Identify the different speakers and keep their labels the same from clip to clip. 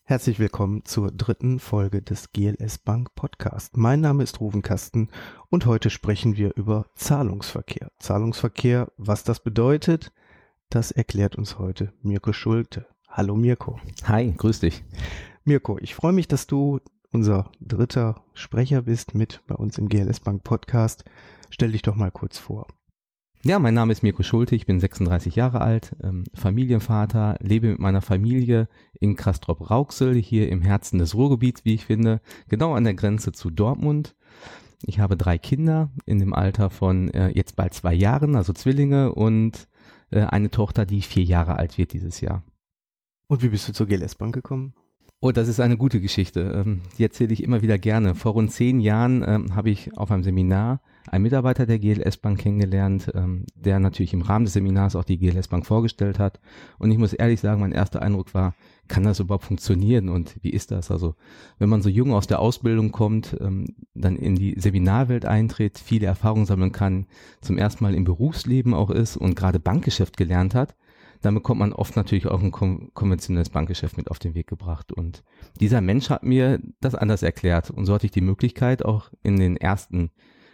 Speaker 1: Herzlich willkommen zur dritten Folge des GLS Bank Podcast. Mein Name ist Ruven Kasten und heute sprechen wir über Zahlungsverkehr. Zahlungsverkehr, was das bedeutet, das erklärt uns heute Mirko Schulte. Hallo Mirko.
Speaker 2: Hi, grüß dich.
Speaker 1: Mirko, ich freue mich, dass du unser dritter Sprecher bist mit bei uns im GLS Bank Podcast. Stell dich doch mal kurz vor.
Speaker 2: Ja, mein Name ist Mirko Schulte, ich bin 36 Jahre alt, Familienvater, lebe mit meiner Familie in Castrop-Rauxel, hier im Herzen des Ruhrgebiets, wie ich finde, genau an der Grenze zu Dortmund. Ich habe 3 Kinder in dem Alter von jetzt bald 2 Jahren, also Zwillinge, und eine Tochter, die 4 Jahre alt wird dieses Jahr.
Speaker 1: Und wie bist du zur GLS Bank gekommen?
Speaker 2: Oh, das ist eine gute Geschichte. Die erzähle ich immer wieder gerne. Vor rund 10 Jahren habe ich auf einem Seminar einen Mitarbeiter der GLS Bank kennengelernt, der natürlich im Rahmen des Seminars auch die GLS Bank vorgestellt hat. Und ich muss ehrlich sagen, mein erster Eindruck war, kann das überhaupt funktionieren und wie ist das? Also wenn man so jung aus der Ausbildung kommt, dann in die Seminarwelt eintritt, viele Erfahrungen sammeln kann, zum ersten Mal im Berufsleben auch ist und gerade Bankgeschäft gelernt hat, dann bekommt man oft natürlich auch ein konventionelles Bankgeschäft mit auf den Weg gebracht. Und dieser Mensch hat mir das anders erklärt. Und so hatte ich die Möglichkeit, auch in den ersten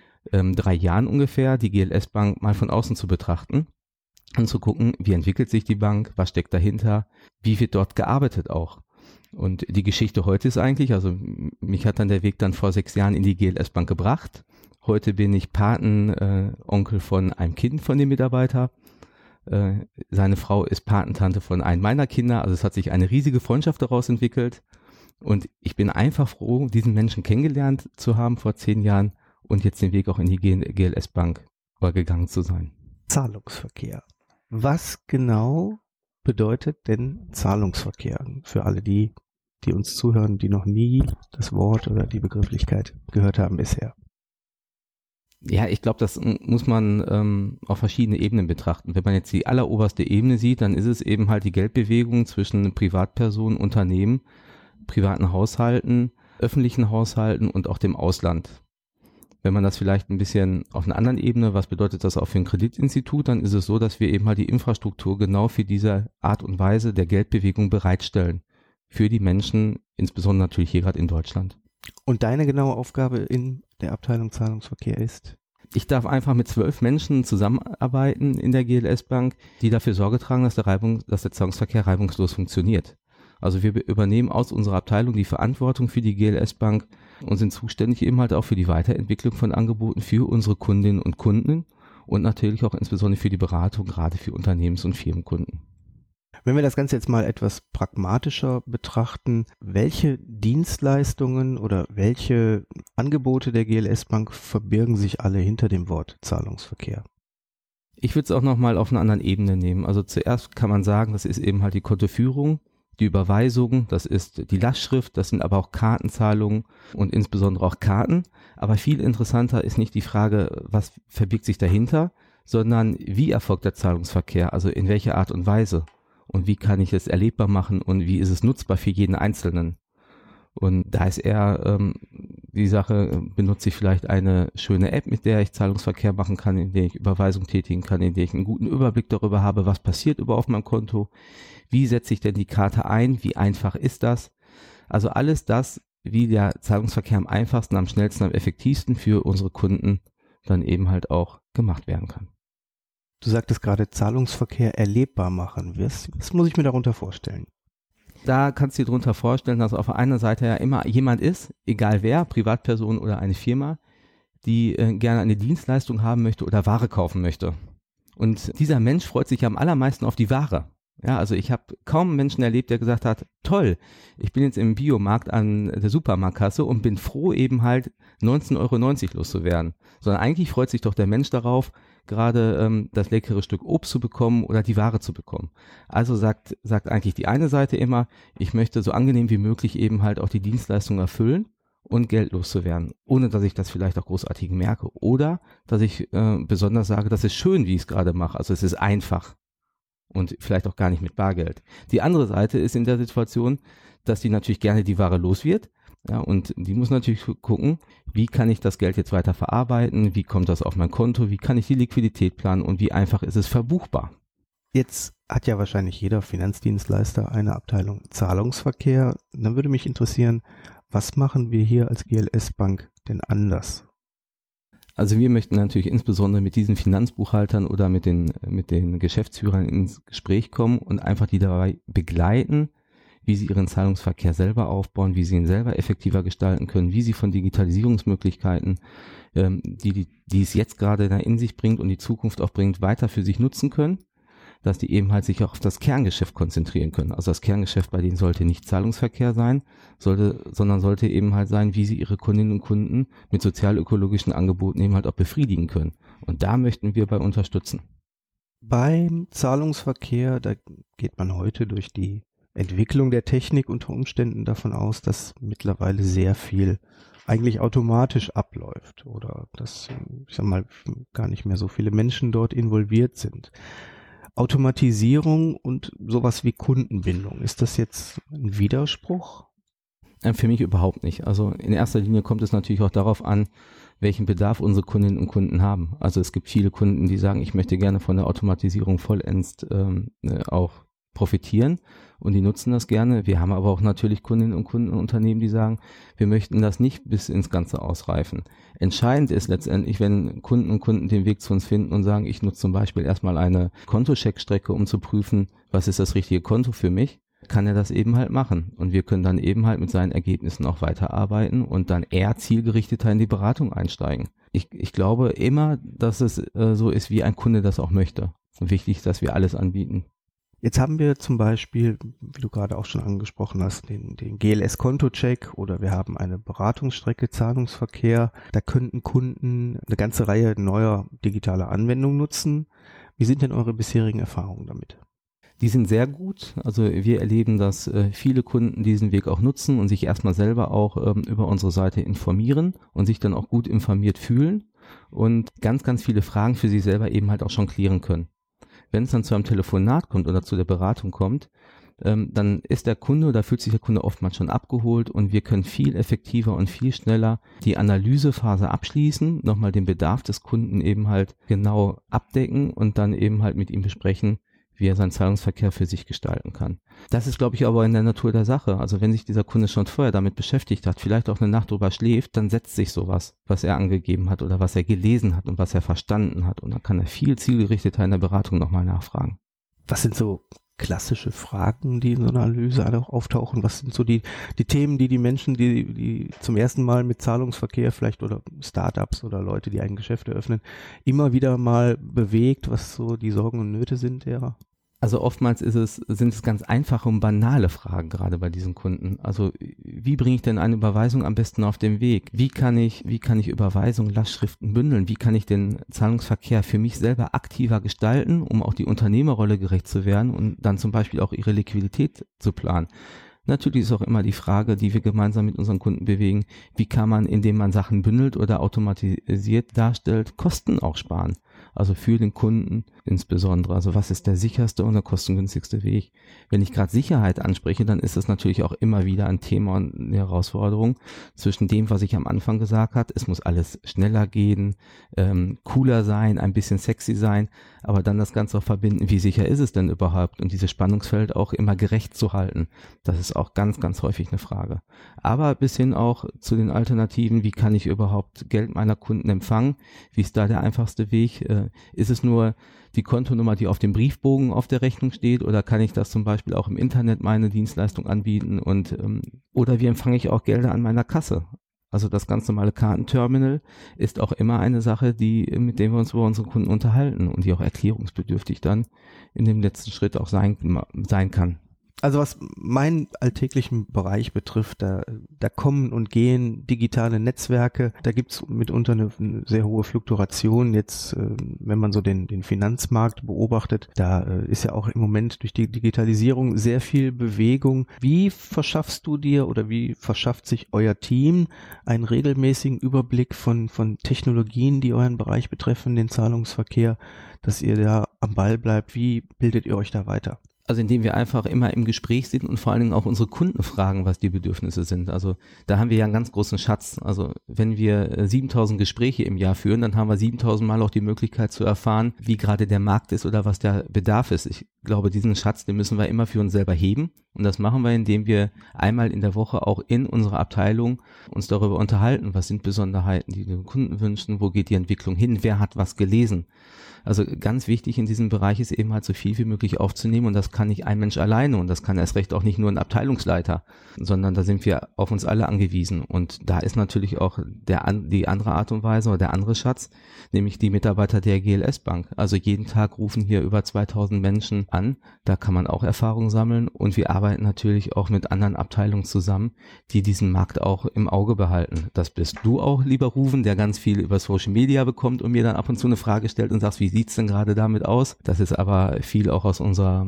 Speaker 2: 3 Jahren ungefähr die GLS Bank mal von außen zu betrachten und zu gucken, wie entwickelt sich die Bank, was steckt dahinter, wie wird dort gearbeitet auch. Und die Geschichte heute ist eigentlich, also mich hat dann der Weg dann vor 6 Jahren in die GLS Bank gebracht. Heute bin ich Patenonkel von einem Kind von dem Mitarbeiter. Seine Frau ist Patentante von einem meiner Kinder, also es hat sich eine riesige Freundschaft daraus entwickelt und ich bin einfach froh, diesen Menschen kennengelernt zu haben vor 10 Jahren und jetzt den Weg auch in die GLS Bank gegangen zu sein.
Speaker 1: Zahlungsverkehr. Was genau bedeutet denn Zahlungsverkehr für alle die uns zuhören, die noch nie das Wort oder die Begrifflichkeit gehört haben bisher?
Speaker 2: Ja, ich glaube, das muss man auf verschiedene Ebenen betrachten. Wenn man jetzt die alleroberste Ebene sieht, dann ist es eben halt die Geldbewegung zwischen Privatpersonen, Unternehmen, privaten Haushalten, öffentlichen Haushalten und auch dem Ausland. Wenn man das vielleicht ein bisschen auf einer anderen Ebene, was bedeutet das auch für ein Kreditinstitut, dann ist es so, dass wir eben halt die Infrastruktur genau für diese Art und Weise der Geldbewegung bereitstellen. Für die Menschen, insbesondere natürlich hier gerade in Deutschland.
Speaker 1: Und deine genaue Aufgabe in der Abteilung Zahlungsverkehr ist?
Speaker 2: Ich darf einfach mit 12 Menschen zusammenarbeiten in der GLS Bank, die dafür Sorge tragen, dass der Zahlungsverkehr reibungslos funktioniert. Also wir übernehmen aus unserer Abteilung die Verantwortung für die GLS Bank und sind zuständig eben halt auch für die Weiterentwicklung von Angeboten für unsere Kundinnen und Kunden und natürlich auch insbesondere für die Beratung, gerade für Unternehmens- und Firmenkunden.
Speaker 1: Wenn wir das Ganze jetzt mal etwas pragmatischer betrachten, welche Dienstleistungen oder welche Angebote der GLS Bank verbirgen sich alle hinter dem Wort Zahlungsverkehr?
Speaker 2: Ich würde es auch nochmal auf einer anderen Ebene nehmen. Also zuerst kann man sagen, das ist eben halt die Kontoführung, die Überweisung, das ist die Lastschrift, das sind aber auch Kartenzahlungen und insbesondere auch Karten. Aber viel interessanter ist nicht die Frage, was verbirgt sich dahinter, sondern wie erfolgt der Zahlungsverkehr, also in welcher Art und Weise. Und wie kann ich es erlebbar machen und wie ist es nutzbar für jeden Einzelnen? Und da ist eher die Sache, benutze ich vielleicht eine schöne App, mit der ich Zahlungsverkehr machen kann, in der ich Überweisung tätigen kann, in der ich einen guten Überblick darüber habe, was passiert überhaupt auf meinem Konto, wie setze ich denn die Karte ein, wie einfach ist das? Also alles das, wie der Zahlungsverkehr am einfachsten, am schnellsten, am effektivsten für unsere Kunden dann eben halt auch gemacht werden kann.
Speaker 1: Du sagtest gerade Zahlungsverkehr erlebbar machen. Was muss ich mir darunter vorstellen?
Speaker 2: Da kannst du dir darunter vorstellen, dass auf einer Seite ja immer jemand ist, egal wer, Privatperson oder eine Firma, die gerne eine Dienstleistung haben möchte oder Ware kaufen möchte. Und dieser Mensch freut sich am allermeisten auf die Ware. Ja, also ich habe kaum einen Menschen erlebt, der gesagt hat, toll, ich bin jetzt im Biomarkt an der Supermarktkasse und bin froh, eben halt 19,90 € loszuwerden. Sondern eigentlich freut sich doch der Mensch darauf, gerade das leckere Stück Obst zu bekommen oder die Ware zu bekommen. Also sagt eigentlich die eine Seite immer, ich möchte so angenehm wie möglich eben halt auch die Dienstleistung erfüllen und Geld loszuwerden, ohne dass ich das vielleicht auch großartig merke. Oder dass ich besonders sage, das ist schön, wie ich es gerade mache. Also es ist einfach. Und vielleicht auch gar nicht mit Bargeld. Die andere Seite ist in der Situation, dass die natürlich gerne die Ware los wird. Ja, und die muss natürlich gucken, wie kann ich das Geld jetzt weiter verarbeiten, wie kommt das auf mein Konto, wie kann ich die Liquidität planen und wie einfach ist es verbuchbar.
Speaker 1: Jetzt hat ja wahrscheinlich jeder Finanzdienstleister eine Abteilung Zahlungsverkehr. Dann würde mich interessieren, was machen wir hier als GLS Bank denn anders?
Speaker 2: Also wir möchten natürlich insbesondere mit diesen Finanzbuchhaltern oder mit den Geschäftsführern ins Gespräch kommen und einfach die dabei begleiten, wie sie ihren Zahlungsverkehr selber aufbauen, wie sie ihn selber effektiver gestalten können, wie sie von Digitalisierungsmöglichkeiten, die es jetzt gerade in sich bringt und die Zukunft auch bringt, weiter für sich nutzen können, dass die eben halt sich auch auf das Kerngeschäft konzentrieren können. Also das Kerngeschäft bei denen sollte nicht Zahlungsverkehr sein, sondern sollte eben halt sein, wie sie ihre Kundinnen und Kunden mit sozial-ökologischen Angeboten eben halt auch befriedigen können. Und da möchten wir bei unterstützen.
Speaker 1: Beim Zahlungsverkehr, da geht man heute durch die Entwicklung der Technik unter Umständen davon aus, dass mittlerweile sehr viel eigentlich automatisch abläuft oder dass, ich sag mal, gar nicht mehr so viele Menschen dort involviert sind. Automatisierung und sowas wie Kundenbindung, ist das jetzt ein Widerspruch?
Speaker 2: Für mich überhaupt nicht. Also in erster Linie kommt es natürlich auch darauf an, welchen Bedarf unsere Kundinnen und Kunden haben. Also es gibt viele Kunden, die sagen, ich möchte gerne von der Automatisierung vollends auch profitieren und die nutzen das gerne. Wir haben aber auch natürlich Kundinnen und Kunden und Unternehmen, die sagen, wir möchten das nicht bis ins Ganze ausreifen. Entscheidend ist letztendlich, wenn Kunden und Kunden den Weg zu uns finden und sagen, ich nutze zum Beispiel erstmal eine Kontocheckstrecke, um zu prüfen, was ist das richtige Konto für mich, kann er das eben halt machen. Und wir können dann eben halt mit seinen Ergebnissen auch weiterarbeiten und dann eher zielgerichteter in die Beratung einsteigen. Ich glaube immer, dass es so ist, wie ein Kunde das auch möchte. Und wichtig ist, dass wir alles anbieten.
Speaker 1: Jetzt haben wir zum Beispiel, wie du gerade auch schon angesprochen hast, den GLS-Kontocheck oder wir haben eine Beratungsstrecke Zahlungsverkehr. Da könnten Kunden eine ganze Reihe neuer digitaler Anwendungen nutzen. Wie sind denn eure bisherigen Erfahrungen damit?
Speaker 2: Die sind sehr gut. Also wir erleben, dass viele Kunden diesen Weg auch nutzen und sich erstmal selber auch über unsere Seite informieren und sich dann auch gut informiert fühlen und ganz, ganz viele Fragen für sich selber eben halt auch schon klären können. Wenn es dann zu einem Telefonat kommt oder zu der Beratung kommt, dann ist der Kunde oder fühlt sich der Kunde oftmals schon abgeholt und wir können viel effektiver und viel schneller die Analysephase abschließen, nochmal den Bedarf des Kunden eben halt genau abdecken und dann eben halt mit ihm besprechen, wie er seinen Zahlungsverkehr für sich gestalten kann. Das ist, glaube ich, aber in der Natur der Sache. Also wenn sich dieser Kunde schon vorher damit beschäftigt hat, vielleicht auch eine Nacht drüber schläft, dann setzt sich sowas, was er angegeben hat oder was er gelesen hat und was er verstanden hat. Und dann kann er viel zielgerichteter in der Beratung nochmal nachfragen.
Speaker 1: Was sind so klassische Fragen, die in so einer Analyse auch auftauchen? Was sind so die Themen, die Menschen, die zum ersten Mal mit Zahlungsverkehr vielleicht oder Startups oder Leute, die ein Geschäft eröffnen, immer wieder mal bewegt, was so die Sorgen und Nöte sind derer?
Speaker 2: Also oftmals sind es ganz einfache und banale Fragen, gerade bei diesen Kunden. Also wie bringe ich denn eine Überweisung am besten auf den Weg? Wie kann ich Überweisung, Lastschriften bündeln? Wie kann ich den Zahlungsverkehr für mich selber aktiver gestalten, um auch die Unternehmerrolle gerecht zu werden und dann zum Beispiel auch ihre Liquidität zu planen? Natürlich ist auch immer die Frage, die wir gemeinsam mit unseren Kunden bewegen, wie kann man, indem man Sachen bündelt oder automatisiert darstellt, Kosten auch sparen? Also für den Kunden insbesondere. Also was ist der sicherste und der kostengünstigste Weg? Wenn ich gerade Sicherheit anspreche, dann ist das natürlich auch immer wieder ein Thema und eine Herausforderung zwischen dem, was ich am Anfang gesagt habe. Es muss alles schneller gehen, cooler sein, ein bisschen sexy sein, aber dann das Ganze auch verbinden, wie sicher ist es denn überhaupt? Und dieses Spannungsfeld auch immer gerecht zu halten. Das ist auch ganz, ganz häufig eine Frage. Aber bis hin auch zu den Alternativen, wie kann ich überhaupt Geld meiner Kunden empfangen? Wie ist da der einfachste Weg? Ist es nur die Kontonummer, die auf dem Briefbogen auf der Rechnung steht, oder kann ich das zum Beispiel auch im Internet meine Dienstleistung anbieten und oder wie empfange ich auch Gelder an meiner Kasse? Also das ganz normale Kartenterminal ist auch immer eine Sache, mit der wir uns über unsere Kunden unterhalten und die auch erklärungsbedürftig dann in dem letzten Schritt auch sein kann.
Speaker 1: Also was meinen alltäglichen Bereich betrifft, da kommen und gehen digitale Netzwerke, da gibt's mitunter eine sehr hohe Fluktuation. Jetzt, wenn man so den Finanzmarkt beobachtet, da ist ja auch im Moment durch die Digitalisierung sehr viel Bewegung. Wie verschaffst du dir oder wie verschafft sich euer Team einen regelmäßigen Überblick von Technologien, die euren Bereich betreffen, den Zahlungsverkehr, dass ihr da am Ball bleibt? Wie bildet ihr euch da weiter?
Speaker 2: Also indem wir einfach immer im Gespräch sind und vor allen Dingen auch unsere Kunden fragen, was die Bedürfnisse sind. Also da haben wir ja einen ganz großen Schatz. Also wenn wir 7000 Gespräche im Jahr führen, dann haben wir 7000 Mal auch die Möglichkeit zu erfahren, wie gerade der Markt ist oder was der Bedarf ist. Ich glaube, diesen Schatz, den müssen wir immer für uns selber heben. Und das machen wir, indem wir einmal in der Woche auch in unserer Abteilung uns darüber unterhalten, was sind Besonderheiten, die den Kunden wünschen, wo geht die Entwicklung hin, wer hat was gelesen. Also ganz wichtig in diesem Bereich ist eben halt so viel wie möglich aufzunehmen und das kann nicht ein Mensch alleine und das kann erst recht auch nicht nur ein Abteilungsleiter, sondern da sind wir auf uns alle angewiesen und da ist natürlich auch die andere Art und Weise oder der andere Schatz, nämlich die Mitarbeiter der GLS Bank. Also jeden Tag rufen hier über 2000 Menschen an, da kann man auch Erfahrung sammeln und wir arbeiten natürlich auch mit anderen Abteilungen zusammen, die diesen Markt auch im Auge behalten. Das bist du auch, lieber Ruven, der ganz viel über Social Media bekommt und mir dann ab und zu eine Frage stellt und sagt, wie sieht's denn gerade damit aus? Das ist aber viel auch aus unserer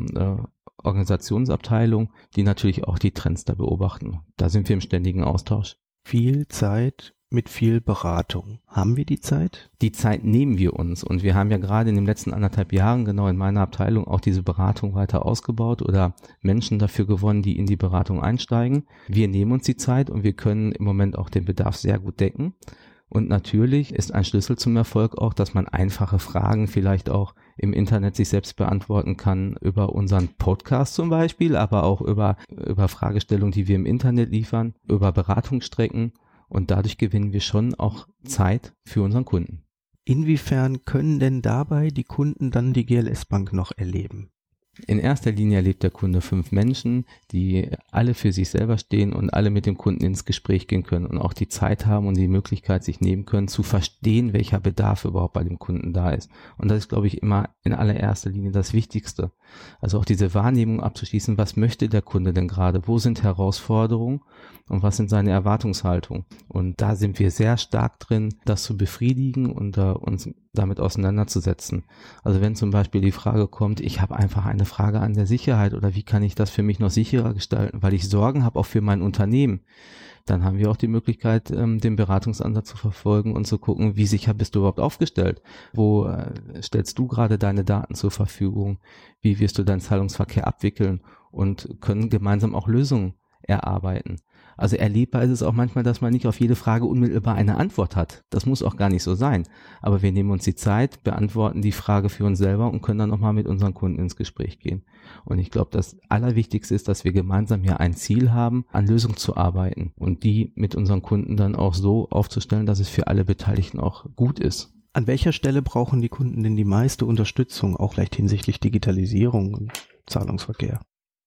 Speaker 2: Organisationsabteilung, die natürlich auch die Trends da beobachten. Da sind wir im ständigen Austausch.
Speaker 1: Viel Zeit mit viel Beratung. Haben wir die Zeit?
Speaker 2: Die Zeit nehmen wir uns und wir haben ja gerade in den letzten 1,5 Jahren genau in meiner Abteilung auch diese Beratung weiter ausgebaut oder Menschen dafür gewonnen, die in die Beratung einsteigen. Wir nehmen uns die Zeit und wir können im Moment auch den Bedarf sehr gut decken. Und natürlich ist ein Schlüssel zum Erfolg auch, dass man einfache Fragen vielleicht auch im Internet sich selbst beantworten kann, über unseren Podcast zum Beispiel, aber auch über Fragestellungen, die wir im Internet liefern, über Beratungsstrecken und dadurch gewinnen wir schon auch Zeit für unseren Kunden.
Speaker 1: Inwiefern können denn dabei die Kunden dann die GLS Bank noch erleben?
Speaker 2: In erster Linie erlebt der Kunde 5 Menschen, die alle für sich selber stehen und alle mit dem Kunden ins Gespräch gehen können und auch die Zeit haben und die Möglichkeit sich nehmen können, zu verstehen, welcher Bedarf überhaupt bei dem Kunden da ist. Und das ist, glaube ich, immer in allererster Linie das Wichtigste. Also auch diese Wahrnehmung abzuschließen, was möchte der Kunde denn gerade, wo sind Herausforderungen und was sind seine Erwartungshaltungen. Und da sind wir sehr stark drin, das zu befriedigen und uns damit auseinanderzusetzen. Also wenn zum Beispiel die Frage kommt, ich habe einfach eine Frage an der Sicherheit oder wie kann ich das für mich noch sicherer gestalten, weil ich Sorgen habe auch für mein Unternehmen, dann haben wir auch die Möglichkeit, den Beratungsansatz zu verfolgen und zu gucken, wie sicher bist du überhaupt aufgestellt? Wo stellst du gerade deine Daten zur Verfügung? Wie wirst du deinen Zahlungsverkehr abwickeln? Und können gemeinsam auch Lösungen erarbeiten. Also erlebbar ist es auch manchmal, dass man nicht auf jede Frage unmittelbar eine Antwort hat. Das muss auch gar nicht so sein. Aber wir nehmen uns die Zeit, beantworten die Frage für uns selber und können dann nochmal mit unseren Kunden ins Gespräch gehen. Und ich glaube, das Allerwichtigste ist, dass wir gemeinsam hier ein Ziel haben, an Lösungen zu arbeiten und die mit unseren Kunden dann auch so aufzustellen, dass es für alle Beteiligten auch gut ist.
Speaker 1: An welcher Stelle brauchen die Kunden denn die meiste Unterstützung, auch vielleicht hinsichtlich Digitalisierung und Zahlungsverkehr?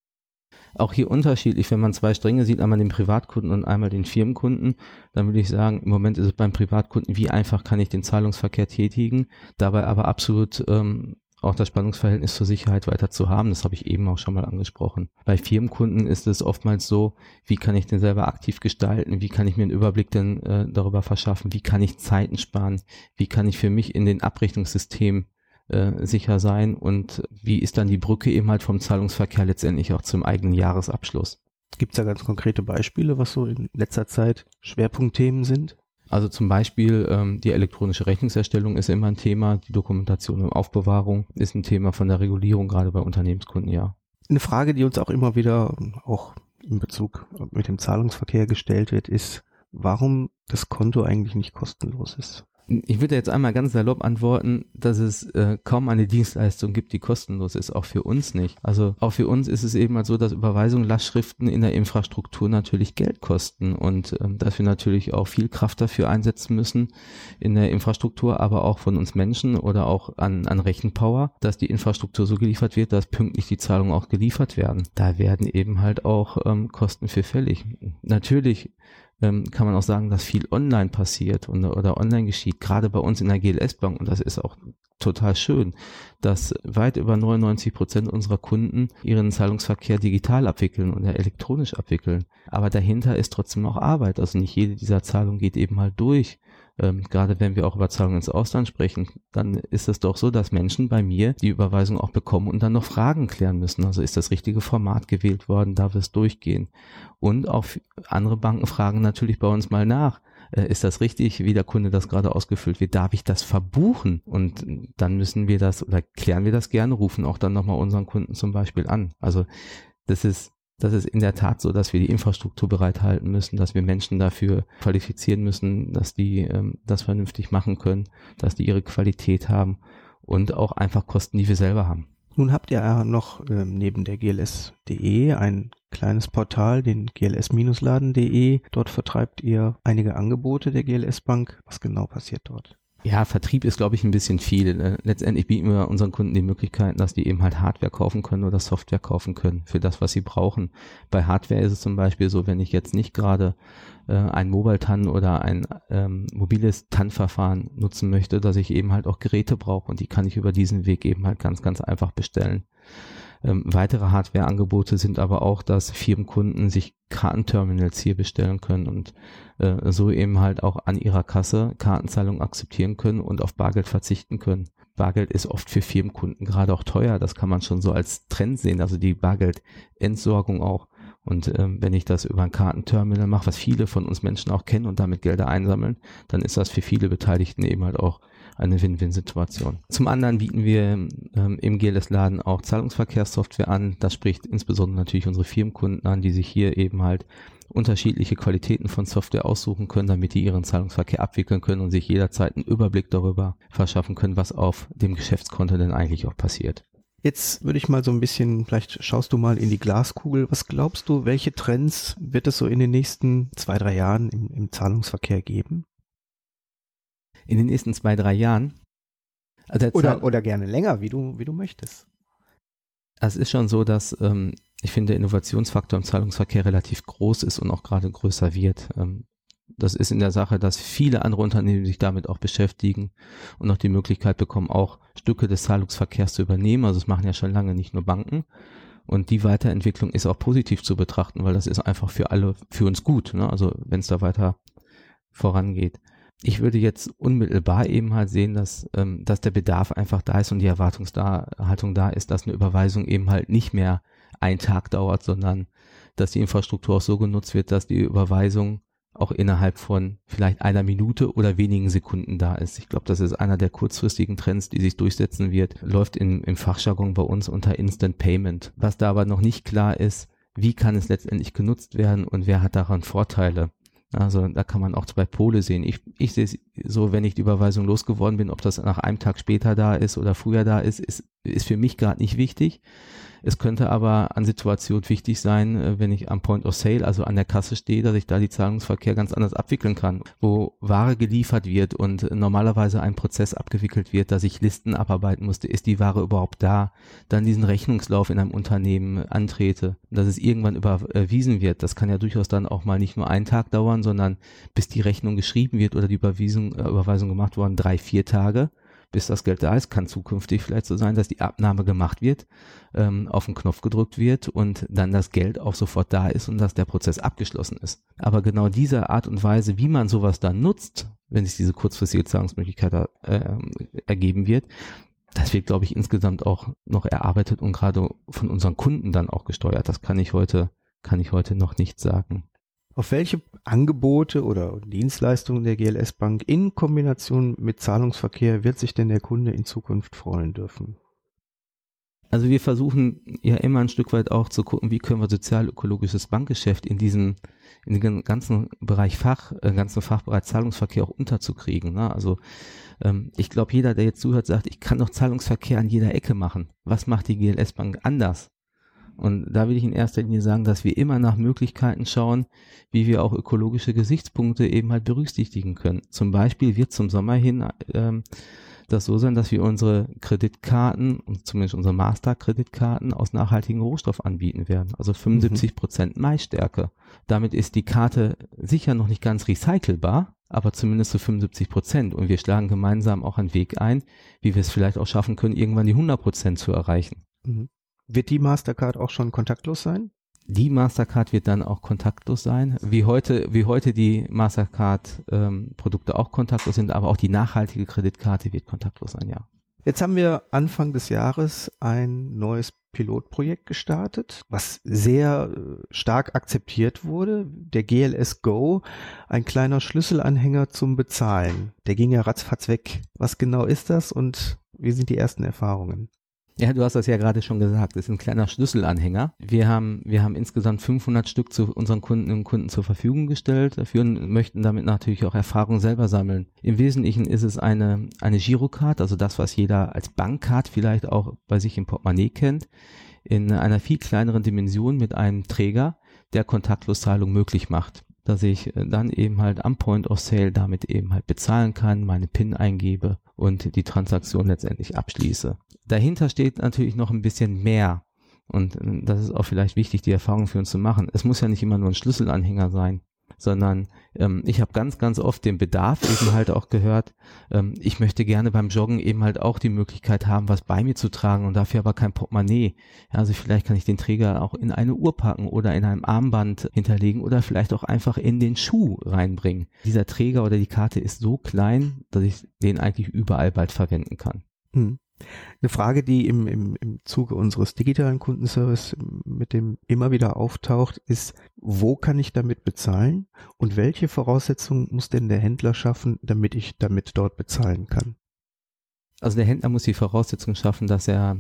Speaker 2: Auch hier unterschiedlich, wenn man 2 Stränge sieht, einmal den Privatkunden und einmal den Firmenkunden, dann würde ich sagen, im Moment ist es beim Privatkunden, wie einfach kann ich den Zahlungsverkehr tätigen, dabei aber absolut auch das Spannungsverhältnis zur Sicherheit weiter zu haben, das habe ich eben auch schon mal angesprochen. Bei Firmenkunden ist es oftmals so, wie kann ich den selber aktiv gestalten, wie kann ich mir einen Überblick denn darüber verschaffen, wie kann ich Zeiten sparen, wie kann ich für mich in den Abrechnungssystemen sicher sein und wie ist dann die Brücke eben halt vom Zahlungsverkehr letztendlich auch zum eigenen Jahresabschluss.
Speaker 1: Gibt es da ganz konkrete Beispiele, was so in letzter Zeit Schwerpunktthemen sind?
Speaker 2: Also zum Beispiel die elektronische Rechnungserstellung ist immer ein Thema, die Dokumentation und Aufbewahrung ist ein Thema von der Regulierung, gerade bei Unternehmenskunden, ja.
Speaker 1: Eine Frage, die uns auch immer wieder auch in Bezug mit dem Zahlungsverkehr gestellt wird, ist, warum das Konto eigentlich nicht kostenlos ist.
Speaker 2: Ich würde jetzt einmal ganz salopp antworten, dass es kaum eine Dienstleistung gibt, die kostenlos ist, auch für uns nicht. Also auch für uns ist es eben halt so, dass Überweisungen, Lastschriften in der Infrastruktur natürlich Geld kosten und dass wir natürlich auch viel Kraft dafür einsetzen müssen in der Infrastruktur, aber auch von uns Menschen oder auch an Rechenpower, dass die Infrastruktur so geliefert wird, dass pünktlich die Zahlungen auch geliefert werden. Da werden eben halt auch Kosten für fällig. Natürlich kann man auch sagen, dass viel online passiert oder online geschieht, gerade bei uns in der GLS Bank und das ist auch total schön, dass weit über 99% unserer Kunden ihren Zahlungsverkehr digital abwickeln oder elektronisch abwickeln. Aber dahinter ist trotzdem auch Arbeit, also nicht jede dieser Zahlungen geht eben halt durch. Gerade wenn wir auch über Zahlungen ins Ausland sprechen, dann ist es doch so, dass Menschen bei mir die Überweisung auch bekommen und dann noch Fragen klären müssen. Also ist das richtige Format gewählt worden, darf es durchgehen? Und auch andere Banken fragen natürlich bei uns mal nach, ist das richtig, wie der Kunde das gerade ausgefüllt wird, darf ich das verbuchen? Und dann müssen wir das oder klären wir das gerne, rufen auch dann nochmal unseren Kunden zum Beispiel an. Also das ist in der Tat so, dass wir die Infrastruktur bereithalten müssen, dass wir Menschen dafür qualifizieren müssen, dass die das vernünftig machen können, dass die ihre Qualität haben und auch einfach Kosten, die wir selber haben.
Speaker 1: Nun habt ihr ja noch neben der gls.de ein kleines Portal, den gls-laden.de. Dort vertreibt ihr einige Angebote der GLS Bank. Was genau passiert dort?
Speaker 2: Ja, Vertrieb ist, glaube ich, ein bisschen viel. Letztendlich bieten wir unseren Kunden die Möglichkeiten, dass die eben halt Hardware kaufen können oder Software kaufen können für das, was sie brauchen. Bei Hardware ist es zum Beispiel so, wenn ich jetzt nicht gerade ein Mobile-TAN oder ein mobiles TAN-Verfahren nutzen möchte, dass ich eben halt auch Geräte brauche und die kann ich über diesen Weg eben halt ganz, ganz einfach bestellen. Weitere Hardware-Angebote sind aber auch, dass Firmenkunden sich Kartenterminals hier bestellen können und so eben halt auch an ihrer Kasse Kartenzahlungen akzeptieren können und auf Bargeld verzichten können. Bargeld ist oft für Firmenkunden gerade auch teuer, das kann man schon so als Trend sehen, also die Bargeldentsorgung auch. Und wenn ich das über ein Kartenterminal mache, was viele von uns Menschen auch kennen und damit Gelder einsammeln, dann ist das für viele Beteiligten eben halt auch eine Win-Win-Situation. Zum anderen bieten wir im GLS-Laden auch Zahlungsverkehrssoftware an. Das spricht insbesondere natürlich unsere Firmenkunden an, die sich hier eben halt unterschiedliche Qualitäten von Software aussuchen können, damit die ihren Zahlungsverkehr abwickeln können und sich jederzeit einen Überblick darüber verschaffen können, was auf dem Geschäftskonto denn eigentlich auch passiert.
Speaker 1: Jetzt würde ich mal so ein bisschen, vielleicht schaust du mal in die Glaskugel. Was glaubst du, welche Trends wird es so in den nächsten 2-3 Jahren im Zahlungsverkehr geben?
Speaker 2: In den nächsten 2-3 Jahren? Also
Speaker 1: oder gerne länger, wie du möchtest.
Speaker 2: Es ist schon so, dass ich finde, der Innovationsfaktor im Zahlungsverkehr relativ groß ist und auch gerade größer wird. Das ist in der Sache, dass viele andere Unternehmen sich damit auch beschäftigen und auch die Möglichkeit bekommen, auch Stücke des Zahlungsverkehrs zu übernehmen. Also das machen ja schon lange nicht nur Banken. Und die Weiterentwicklung ist auch positiv zu betrachten, weil das ist einfach für alle, für uns gut, ne? Also wenn es da weiter vorangeht. Ich würde jetzt unmittelbar eben halt sehen, dass der Bedarf einfach da ist und die Erwartungshaltung da ist, dass eine Überweisung eben halt nicht mehr einen Tag dauert, sondern dass die Infrastruktur auch so genutzt wird, dass die Überweisung auch innerhalb von vielleicht einer Minute oder wenigen Sekunden da ist. Ich glaube, das ist einer der kurzfristigen Trends, die sich durchsetzen wird, läuft im Fachjargon bei uns unter Instant Payment. Was da aber noch nicht klar ist, wie kann es letztendlich genutzt werden und wer hat daran Vorteile? Also da kann man auch zwei Pole sehen. Ich sehe es so, wenn ich die Überweisung losgeworden bin, ob das nach einem Tag später da ist oder früher da ist für mich gerade nicht wichtig. Es könnte aber an Situationen wichtig sein, wenn ich am Point of Sale, also an der Kasse stehe, dass ich da die Zahlungsverkehr ganz anders abwickeln kann, wo Ware geliefert wird und normalerweise ein Prozess abgewickelt wird, dass ich Listen abarbeiten musste, ist die Ware überhaupt da, dann diesen Rechnungslauf in einem Unternehmen antrete, dass es irgendwann überwiesen wird. Das kann ja durchaus dann auch mal nicht nur einen Tag dauern, sondern bis die Rechnung geschrieben wird oder die Überweisung gemacht worden, 3-4 Tage. Bis das Geld da ist, kann zukünftig vielleicht so sein, dass die Abnahme gemacht wird, auf den Knopf gedrückt wird und dann das Geld auch sofort da ist und dass der Prozess abgeschlossen ist. Aber genau diese Art und Weise, wie man sowas dann nutzt, wenn sich diese kurzfristige Zahlungsmöglichkeit ergeben wird, das wird, glaube ich, insgesamt auch noch erarbeitet und gerade von unseren Kunden dann auch gesteuert. Das kann ich heute noch nicht sagen.
Speaker 1: Auf welche Angebote oder Dienstleistungen der GLS Bank in Kombination mit Zahlungsverkehr wird sich denn der Kunde in Zukunft freuen dürfen?
Speaker 2: Also wir versuchen ja immer ein Stück weit auch zu gucken, wie können wir sozial-ökologisches Bankgeschäft in den ganzen ganzen Fachbereich Zahlungsverkehr auch unterzukriegen. Ne? Also ich glaube, jeder, der jetzt zuhört, sagt, ich kann doch Zahlungsverkehr an jeder Ecke machen. Was macht die GLS Bank anders? Und da will ich in erster Linie sagen, dass wir immer nach Möglichkeiten schauen, wie wir auch ökologische Gesichtspunkte eben halt berücksichtigen können. Zum Beispiel wird zum Sommer hin das so sein, dass wir unsere Kreditkarten, zumindest unsere Master-Kreditkarten aus nachhaltigem Rohstoff anbieten werden. Also 75% Maisstärke. Damit ist die Karte sicher noch nicht ganz recycelbar, aber zumindest zu 75%. Und wir schlagen gemeinsam auch einen Weg ein, wie wir es vielleicht auch schaffen können, irgendwann die 100% zu erreichen.
Speaker 1: Mhm. Wird die Mastercard auch schon kontaktlos sein?
Speaker 2: Die Mastercard wird dann auch kontaktlos sein, wie heute die Mastercard Produkte auch kontaktlos sind, aber auch die nachhaltige Kreditkarte wird kontaktlos sein, ja.
Speaker 1: Jetzt haben wir Anfang des Jahres ein neues Pilotprojekt gestartet, was sehr stark akzeptiert wurde. Der GLS Go, ein kleiner Schlüsselanhänger zum Bezahlen. Der ging ja ratzfatz weg. Was genau ist das und wie sind die ersten Erfahrungen?
Speaker 2: Ja, du hast das ja gerade schon gesagt, das ist ein kleiner Schlüsselanhänger. Wir haben insgesamt 500 Stück zu unseren Kundinnen und Kunden zur Verfügung gestellt, dafür möchten damit natürlich auch Erfahrung selber sammeln. Im Wesentlichen ist es eine Girocard, also das, was jeder als Bankcard vielleicht auch bei sich im Portemonnaie kennt, in einer viel kleineren Dimension mit einem Träger, der Kontaktloszahlung möglich macht, dass ich dann eben halt am Point of Sale damit eben halt bezahlen kann, meine PIN eingebe und die Transaktion letztendlich abschließe. Dahinter steht natürlich noch ein bisschen mehr und das ist auch vielleicht wichtig, die Erfahrung für uns zu machen. Es muss ja nicht immer nur ein Schlüsselanhänger sein, sondern ich habe ganz, ganz oft den Bedarf eben halt auch gehört, ich möchte gerne beim Joggen eben halt auch die Möglichkeit haben, was bei mir zu tragen und dafür aber kein Portemonnaie. Ja, also vielleicht kann ich den Träger auch in eine Uhr packen oder in einem Armband hinterlegen oder vielleicht auch einfach in den Schuh reinbringen. Dieser Träger oder die Karte ist so klein, dass ich den eigentlich überall bald verwenden kann.
Speaker 1: Eine Frage, die im Zuge unseres digitalen Kundenservice mit dem immer wieder auftaucht, ist, wo kann ich damit bezahlen und welche Voraussetzungen muss denn der Händler schaffen, damit ich damit dort bezahlen kann?
Speaker 2: Also der Händler muss die Voraussetzung schaffen, dass er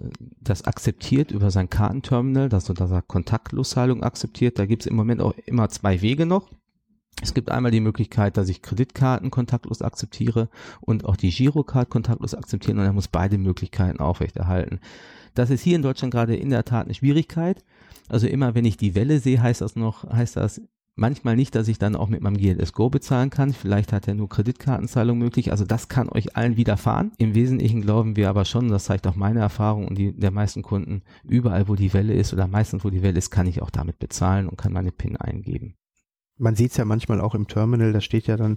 Speaker 2: das akzeptiert über sein Kartenterminal, dass er Kontaktloszahlung akzeptiert. Da gibt es im Moment auch immer zwei Wege noch. Es gibt einmal die Möglichkeit, dass ich Kreditkarten kontaktlos akzeptiere und auch die Girocard kontaktlos akzeptieren und er muss beide Möglichkeiten aufrechterhalten. Das ist hier in Deutschland gerade in der Tat eine Schwierigkeit. Also immer wenn ich die Welle sehe, heißt das manchmal nicht, dass ich dann auch mit meinem GLS Go bezahlen kann. Vielleicht hat er nur Kreditkartenzahlung möglich. Also das kann euch allen widerfahren. Im Wesentlichen glauben wir aber schon, das zeigt auch meine Erfahrung und die der meisten Kunden, überall wo die Welle ist oder meistens wo die Welle ist, kann ich auch damit bezahlen und kann meine PIN eingeben.
Speaker 1: Man sieht es ja manchmal auch im Terminal, da steht ja dann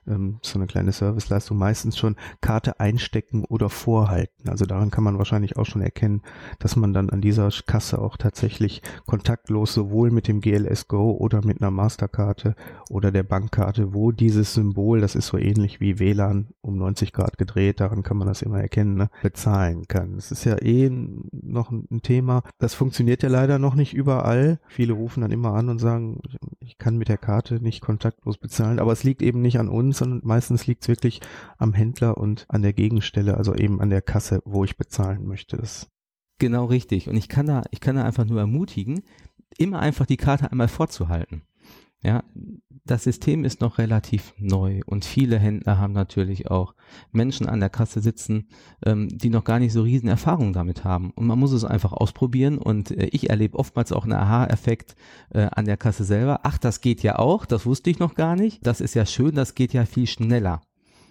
Speaker 1: so eine kleine Serviceleistung, meistens schon Karte einstecken oder vorhalten. Also daran kann man wahrscheinlich auch schon erkennen, dass man dann an dieser Kasse auch tatsächlich kontaktlos sowohl mit dem GLS Go oder mit einer Masterkarte oder der Bankkarte, wo dieses Symbol, das ist so ähnlich wie WLAN um 90 Grad gedreht, daran kann man das immer erkennen, ne, bezahlen kann. Das ist ja noch ein Thema. Das funktioniert ja leider noch nicht überall. Viele rufen dann immer an und sagen, ich kann mit der Karte nicht kontaktlos bezahlen, aber es liegt eben nicht an uns, sondern meistens liegt es wirklich am Händler und an der Gegenstelle, also eben an der Kasse, wo ich bezahlen möchte.
Speaker 2: Genau richtig. Und ich kann da einfach nur ermutigen, immer einfach die Karte einmal vorzuhalten. Ja, das System ist noch relativ neu und viele Händler haben natürlich auch Menschen an der Kasse sitzen, die noch gar nicht so riesen Erfahrungen damit haben. Und man muss es einfach ausprobieren und ich erlebe oftmals auch einen Aha-Effekt an der Kasse selber. Ach, das geht ja auch, das wusste ich noch gar nicht. Das ist ja schön, das geht ja viel schneller.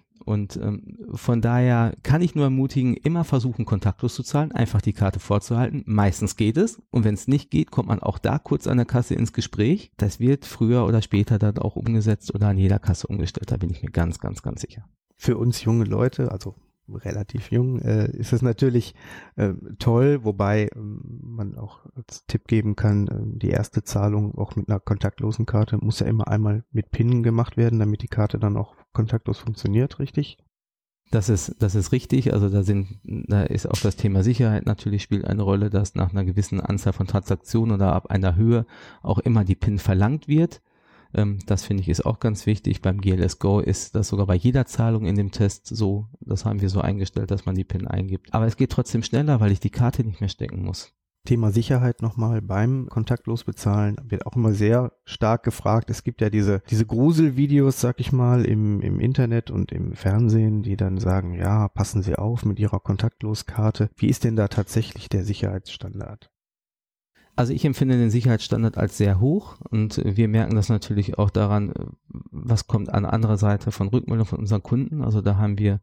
Speaker 2: Und von daher kann ich nur ermutigen, immer versuchen, kontaktlos zu zahlen, einfach die Karte vorzuhalten. Meistens geht es und wenn es nicht geht, kommt man auch da kurz an der Kasse ins Gespräch. Das wird früher oder später dann auch umgesetzt oder an jeder Kasse umgestellt, da bin ich mir ganz, ganz, ganz sicher.
Speaker 1: Für uns junge Leute, also relativ jung, ist es natürlich toll, wobei man auch als Tipp geben kann, die erste Zahlung auch mit einer kontaktlosen Karte muss ja immer einmal mit PIN gemacht werden, damit die Karte dann auch kontaktlos funktioniert, richtig?
Speaker 2: Das ist richtig, also da ist auch das Thema Sicherheit natürlich spielt eine Rolle, dass nach einer gewissen Anzahl von Transaktionen oder ab einer Höhe auch immer die PIN verlangt wird. Das finde ich ist auch ganz wichtig. Beim GLS Go ist das sogar bei jeder Zahlung in dem Test so, das haben wir so eingestellt, dass man die PIN eingibt. Aber es geht trotzdem schneller, weil ich die Karte nicht mehr stecken muss.
Speaker 1: Thema Sicherheit nochmal beim kontaktlos bezahlen wird auch immer sehr stark gefragt. Es gibt ja diese Gruselvideos, sag ich mal, im Internet und im Fernsehen, die dann sagen, ja, passen Sie auf mit Ihrer Kontaktloskarte. Wie ist denn da tatsächlich der Sicherheitsstandard?
Speaker 2: Also ich empfinde den Sicherheitsstandard als sehr hoch und wir merken das natürlich auch daran, was kommt an anderer Seite von Rückmeldungen von unseren Kunden. Also da haben wir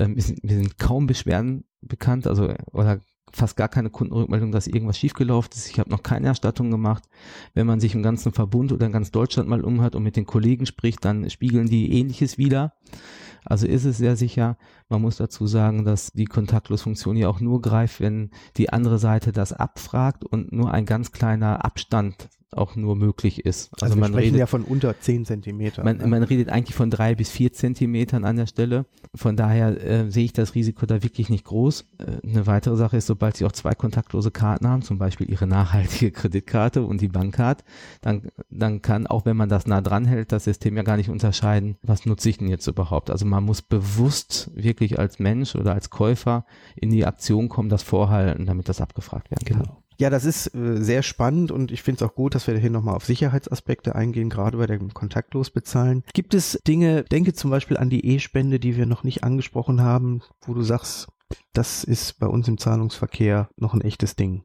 Speaker 2: sind kaum Beschwerden bekannt, also oder fast gar keine Kundenrückmeldung, dass irgendwas schiefgelaufen ist. Ich habe noch keine Erstattung gemacht. Wenn man sich im ganzen Verbund oder in ganz Deutschland mal umhört und mit den Kollegen spricht, dann spiegeln die Ähnliches wider. Also ist es sehr sicher. Man muss dazu sagen, dass die Kontaktlosfunktion ja auch nur greift, wenn die andere Seite das abfragt und nur ein ganz kleiner Abstand auch nur möglich ist.
Speaker 1: Also wir sprechen ja von unter 10 Zentimeter.
Speaker 2: Man redet eigentlich von 3 bis 4 Zentimetern an der Stelle. Von daher sehe ich das Risiko da wirklich nicht groß. Eine weitere Sache ist, sobald Sie auch 2 kontaktlose Karten haben, zum Beispiel Ihre nachhaltige Kreditkarte und die Bankkarte, dann kann, auch wenn man das nah dran hält, das System ja gar nicht unterscheiden, was nutze ich denn jetzt überhaupt. Also man muss bewusst wirklich als Mensch oder als Käufer in die Aktion kommen, das vorhalten, damit das abgefragt werden kann.
Speaker 1: Genau. Ja, das ist sehr spannend und ich finde es auch gut, dass wir hier nochmal auf Sicherheitsaspekte eingehen, gerade bei dem kontaktlos bezahlen. Gibt es Dinge, denke zum Beispiel an die E-Spende, die wir noch nicht angesprochen haben, wo du sagst, das ist bei uns im Zahlungsverkehr noch ein echtes Ding?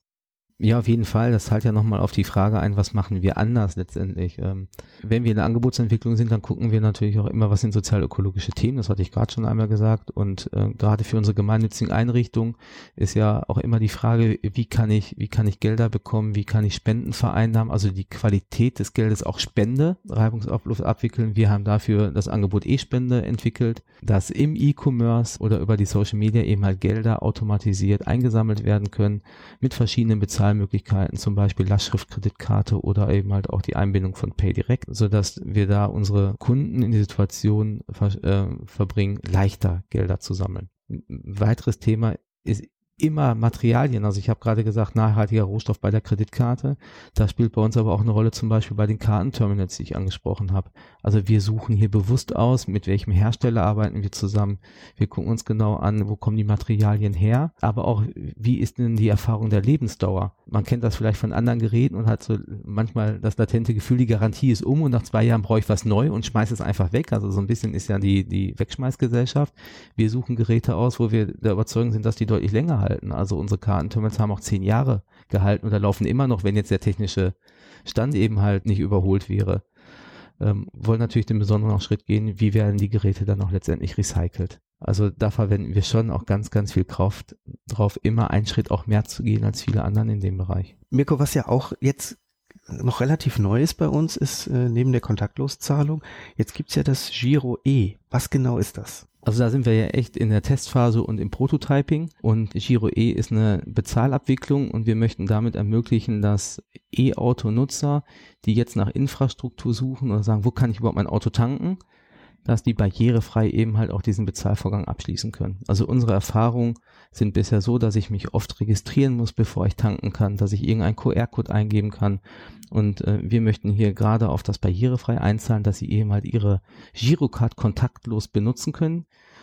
Speaker 2: Ja, auf jeden Fall. Das zahlt ja nochmal auf die Frage ein, was machen wir anders letztendlich. Wenn wir in der Angebotsentwicklung sind, dann gucken wir natürlich auch immer, was sind sozial-ökologische Themen, das hatte ich gerade schon einmal gesagt. Und gerade für unsere gemeinnützigen Einrichtungen ist ja auch immer die Frage, wie kann ich Gelder bekommen, wie kann ich Spenden vereinnahmen, also die Qualität des Geldes auch Spende, reibungslos abwickeln. Wir haben dafür das Angebot E-Spende entwickelt, dass im E-Commerce oder über die Social Media eben halt Gelder automatisiert eingesammelt werden können mit verschiedenen Bezahlmöglichkeiten, zum Beispiel Lastschriftkreditkarte oder eben halt auch die Einbindung von PayDirect, sodass wir da unsere Kunden in die Situation verbringen, leichter Gelder zu sammeln. Ein weiteres Thema ist immer Materialien. Also ich habe gerade gesagt, nachhaltiger Rohstoff bei der Kreditkarte. Das spielt bei uns aber auch eine Rolle, zum Beispiel bei den Kartenterminals, die ich angesprochen habe. Also wir suchen hier bewusst aus, mit welchem Hersteller arbeiten wir zusammen. Wir gucken uns genau an, wo kommen die Materialien her, aber auch, wie ist denn die Erfahrung der Lebensdauer? Man kennt das vielleicht von anderen Geräten und hat so manchmal das latente Gefühl, die Garantie ist und nach 2 Jahren brauche ich was neu und schmeiße es einfach weg. Also so ein bisschen ist ja die Wegschmeißgesellschaft. Wir suchen Geräte aus, wo wir der Überzeugung sind, dass die deutlich länger halten. Also unsere Kartenterminals haben auch 10 Jahre gehalten oder laufen immer noch, wenn jetzt der technische Stand eben halt nicht überholt wäre. Wollen natürlich den besonderen Schritt gehen, wie werden die Geräte dann auch letztendlich recycelt. Also da verwenden wir schon auch ganz, ganz viel Kraft drauf, immer einen Schritt auch mehr zu gehen als viele anderen in dem Bereich.
Speaker 1: Mirko, was ja auch jetzt noch relativ neu ist bei uns, ist neben der Kontaktloszahlung, jetzt gibt's ja das Giro E. Was genau ist das?
Speaker 2: Also da sind wir ja echt in der Testphase und im Prototyping und Giro E ist eine Bezahlabwicklung und wir möchten damit ermöglichen, dass E-Auto-Nutzer, die jetzt nach Infrastruktur suchen oder sagen, wo kann ich überhaupt mein Auto tanken, dass die barrierefrei eben halt auch diesen Bezahlvorgang abschließen können. Also unsere Erfahrungen sind bisher so, dass ich mich oft registrieren muss, bevor ich tanken kann, dass ich irgendeinen QR-Code eingeben kann und wir möchten hier gerade auf das barrierefrei einzahlen, dass sie eben halt ihre Girocard kontaktlos benutzen können,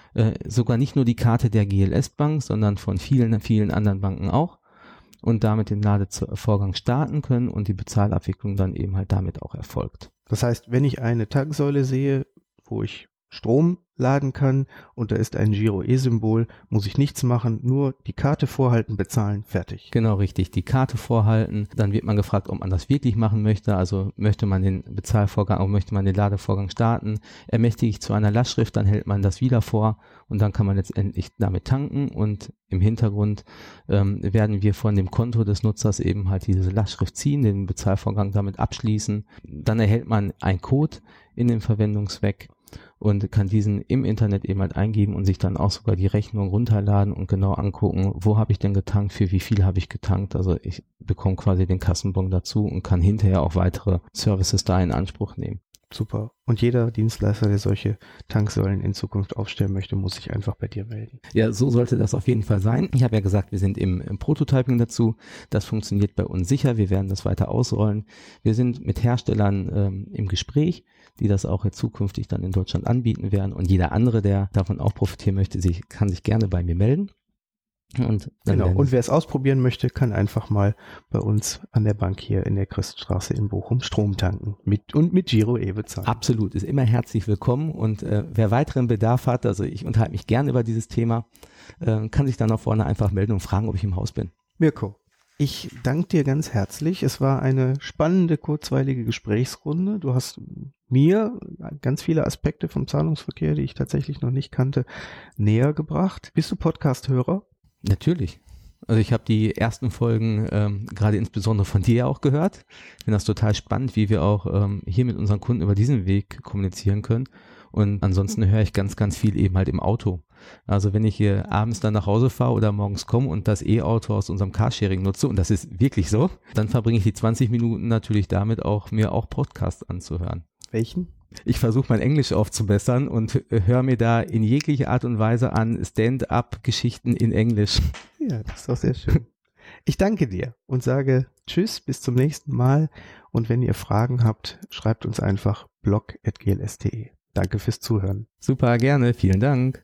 Speaker 2: sogar nicht nur die Karte der GLS Bank, sondern von vielen, vielen anderen Banken auch und damit den Ladevorgang starten können und die Bezahlabwicklung dann eben halt damit auch erfolgt.
Speaker 1: Das heißt, wenn ich eine Tanksäule sehe, wo ich Strom laden kann und da ist ein Giro-E-Symbol, muss ich nichts machen, nur die Karte vorhalten, bezahlen, fertig.
Speaker 2: Genau, richtig. Die Karte vorhalten, dann wird man gefragt, ob man das wirklich machen möchte, also möchte man den Bezahlvorgang, oder möchte man den Ladevorgang starten, ermächtige ich zu einer Lastschrift, dann hält man das wieder vor und dann kann man letztendlich damit tanken und im Hintergrund werden wir von dem Konto des Nutzers eben halt diese Lastschrift ziehen, den Bezahlvorgang damit abschließen, dann erhält man einen Code in den Verwendungszweck und kann diesen im Internet eben halt eingeben und sich dann auch sogar die Rechnung runterladen und genau angucken, wo habe ich denn getankt, für wie viel habe ich getankt. Also ich bekomme quasi den Kassenbon dazu und kann hinterher auch weitere Services da in Anspruch nehmen.
Speaker 1: Super. Und jeder Dienstleister, der solche Tanksäulen in Zukunft aufstellen möchte, muss sich einfach bei dir melden.
Speaker 2: Ja, so sollte das auf jeden Fall sein. Ich habe ja gesagt, wir sind im Prototyping dazu. Das funktioniert bei uns sicher. Wir werden das weiter ausrollen. Wir sind mit Herstellern im Gespräch, die das auch jetzt zukünftig dann in Deutschland anbieten werden. Und jeder andere, der davon auch profitieren möchte, kann sich gerne bei mir melden. Und
Speaker 1: genau. Und wer es ausprobieren möchte, kann einfach mal bei uns an der Bank hier in der Christstraße in Bochum Strom tanken mit Giro E bezahlen.
Speaker 2: Absolut, ist immer herzlich willkommen und wer weiteren Bedarf hat, also ich unterhalte mich gerne über dieses Thema, kann sich dann auch vorne einfach melden und fragen, ob ich im Haus bin.
Speaker 1: Mirko, ich danke dir ganz herzlich. Es war eine spannende, kurzweilige Gesprächsrunde. Du hast mir ganz viele Aspekte vom Zahlungsverkehr, die ich tatsächlich noch nicht kannte, näher gebracht. Bist du Podcast-Hörer?
Speaker 2: Natürlich. Also ich habe die ersten Folgen gerade insbesondere von dir auch gehört. Ich finde das total spannend, wie wir auch hier mit unseren Kunden über diesen Weg kommunizieren können. Und ansonsten höre ich ganz, ganz viel eben halt im Auto. Also wenn ich hier abends dann nach Hause fahre oder morgens komme und das E-Auto aus unserem Carsharing nutze, und das ist wirklich so, dann verbringe ich die 20 Minuten natürlich damit mir auch Podcasts anzuhören.
Speaker 1: Welchen?
Speaker 2: Ich versuche mein Englisch aufzubessern und höre mir da in jeglicher Art und Weise an Stand-up-Geschichten in Englisch.
Speaker 1: Ja, das ist doch sehr schön. Ich danke dir und sage Tschüss, bis zum nächsten Mal. Und wenn ihr Fragen habt, schreibt uns einfach blog@gls.de. Danke fürs Zuhören.
Speaker 2: Super, gerne. Vielen Dank.